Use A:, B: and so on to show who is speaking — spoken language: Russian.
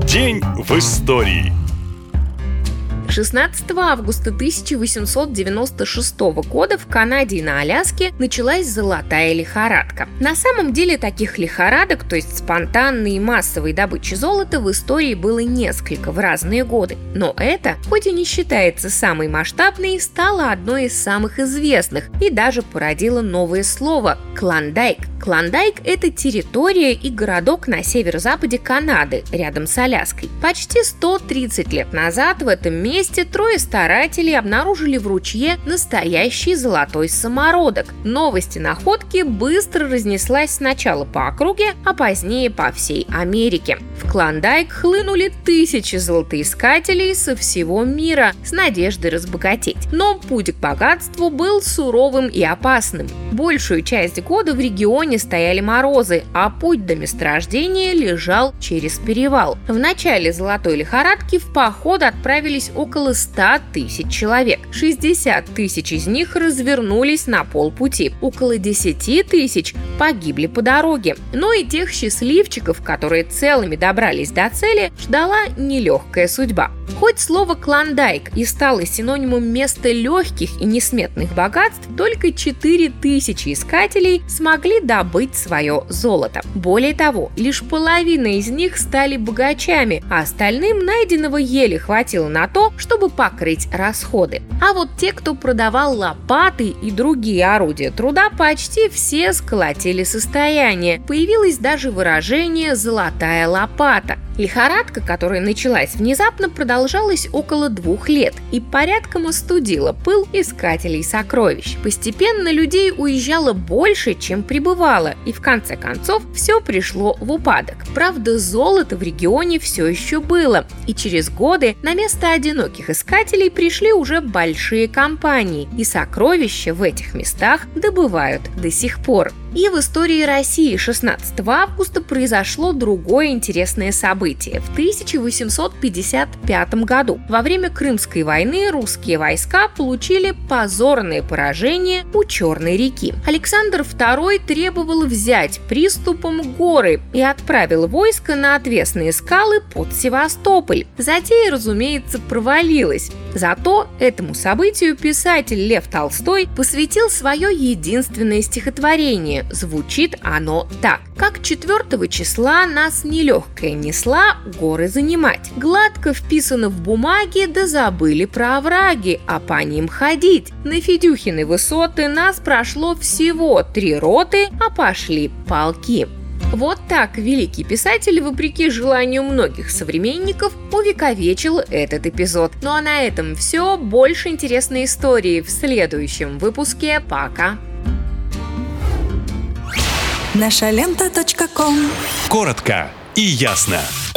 A: День в истории.
B: 16 августа 1896 года в Канаде и на Аляске началась золотая лихорадка. На самом деле таких лихорадок, то есть спонтанной и массовой добычи золота, в истории было несколько в разные годы. Но это, хоть и не считается самой масштабной, стало одной из самых известных и даже породило новое слово – Клондайк. Клондайк – это территория и городок на северо-западе Канады, рядом с Аляской. Почти 130 лет назад в этом месте трое старателей обнаружили в ручье настоящий золотой самородок. Новость о находке быстро разнеслась сначала по округе, а позднее по всей Америке. В Клондайк хлынули тысячи золотоискателей со всего мира с надеждой разбогатеть. Но путь к богатству был суровым и опасным. Большую часть года в регионе стояли морозы, а путь до месторождения лежал через перевал. В начале золотой лихорадки в поход отправились около 100 тысяч человек. 60 тысяч из них развернулись на полпути. Около 10 тысяч погибли по дороге. Но и тех счастливчиков, которые целыми добрались до цели, ждала нелегкая судьба. Хоть слово «Клондайк» и стало синонимом места легких и несметных богатств, только 4 тысячи искателей смогли добыть свое золото. Более того, лишь половина из них стали богачами, а остальным найденного еле хватило на то, чтобы покрыть расходы. А вот те, кто продавал лопаты и другие орудия труда, почти все сколотили состояние. Появилось даже выражение «золотая лопата». Лихорадка, которая началась внезапно, продолжалась около 2 лет и порядком остудила пыл искателей сокровищ. Постепенно людей уезжало больше, чем прибывало, и в конце концов все пришло в упадок. Правда, золото в регионе все еще было, и через годы на место одиноких искателей пришли уже большие компании, и сокровища в этих местах добывают до сих пор. И в истории России 16 августа произошло другое интересное событие. В 1855 году во время Крымской войны русские войска получили позорное поражение у Черной реки. Александр II требовал взять приступом горы и отправил войско на отвесные скалы под Севастополь. Затея, разумеется, провалилась. Зато этому событию писатель Лев Толстой посвятил свое единственное стихотворение. Звучит оно так. Как 4 числа нас нелегкая несла горы занимать. Гладко вписано в бумаге, да забыли про овраги, а по ним ходить. На Федюхины высоты нас прошло всего 3 роты, а пошли полки. Вот так великий писатель, вопреки желанию многих современников, увековечил этот эпизод. Ну а на этом все. Больше интересной истории в следующем выпуске. Пока!
C: Нашалента.ком.
A: Коротко и ясно.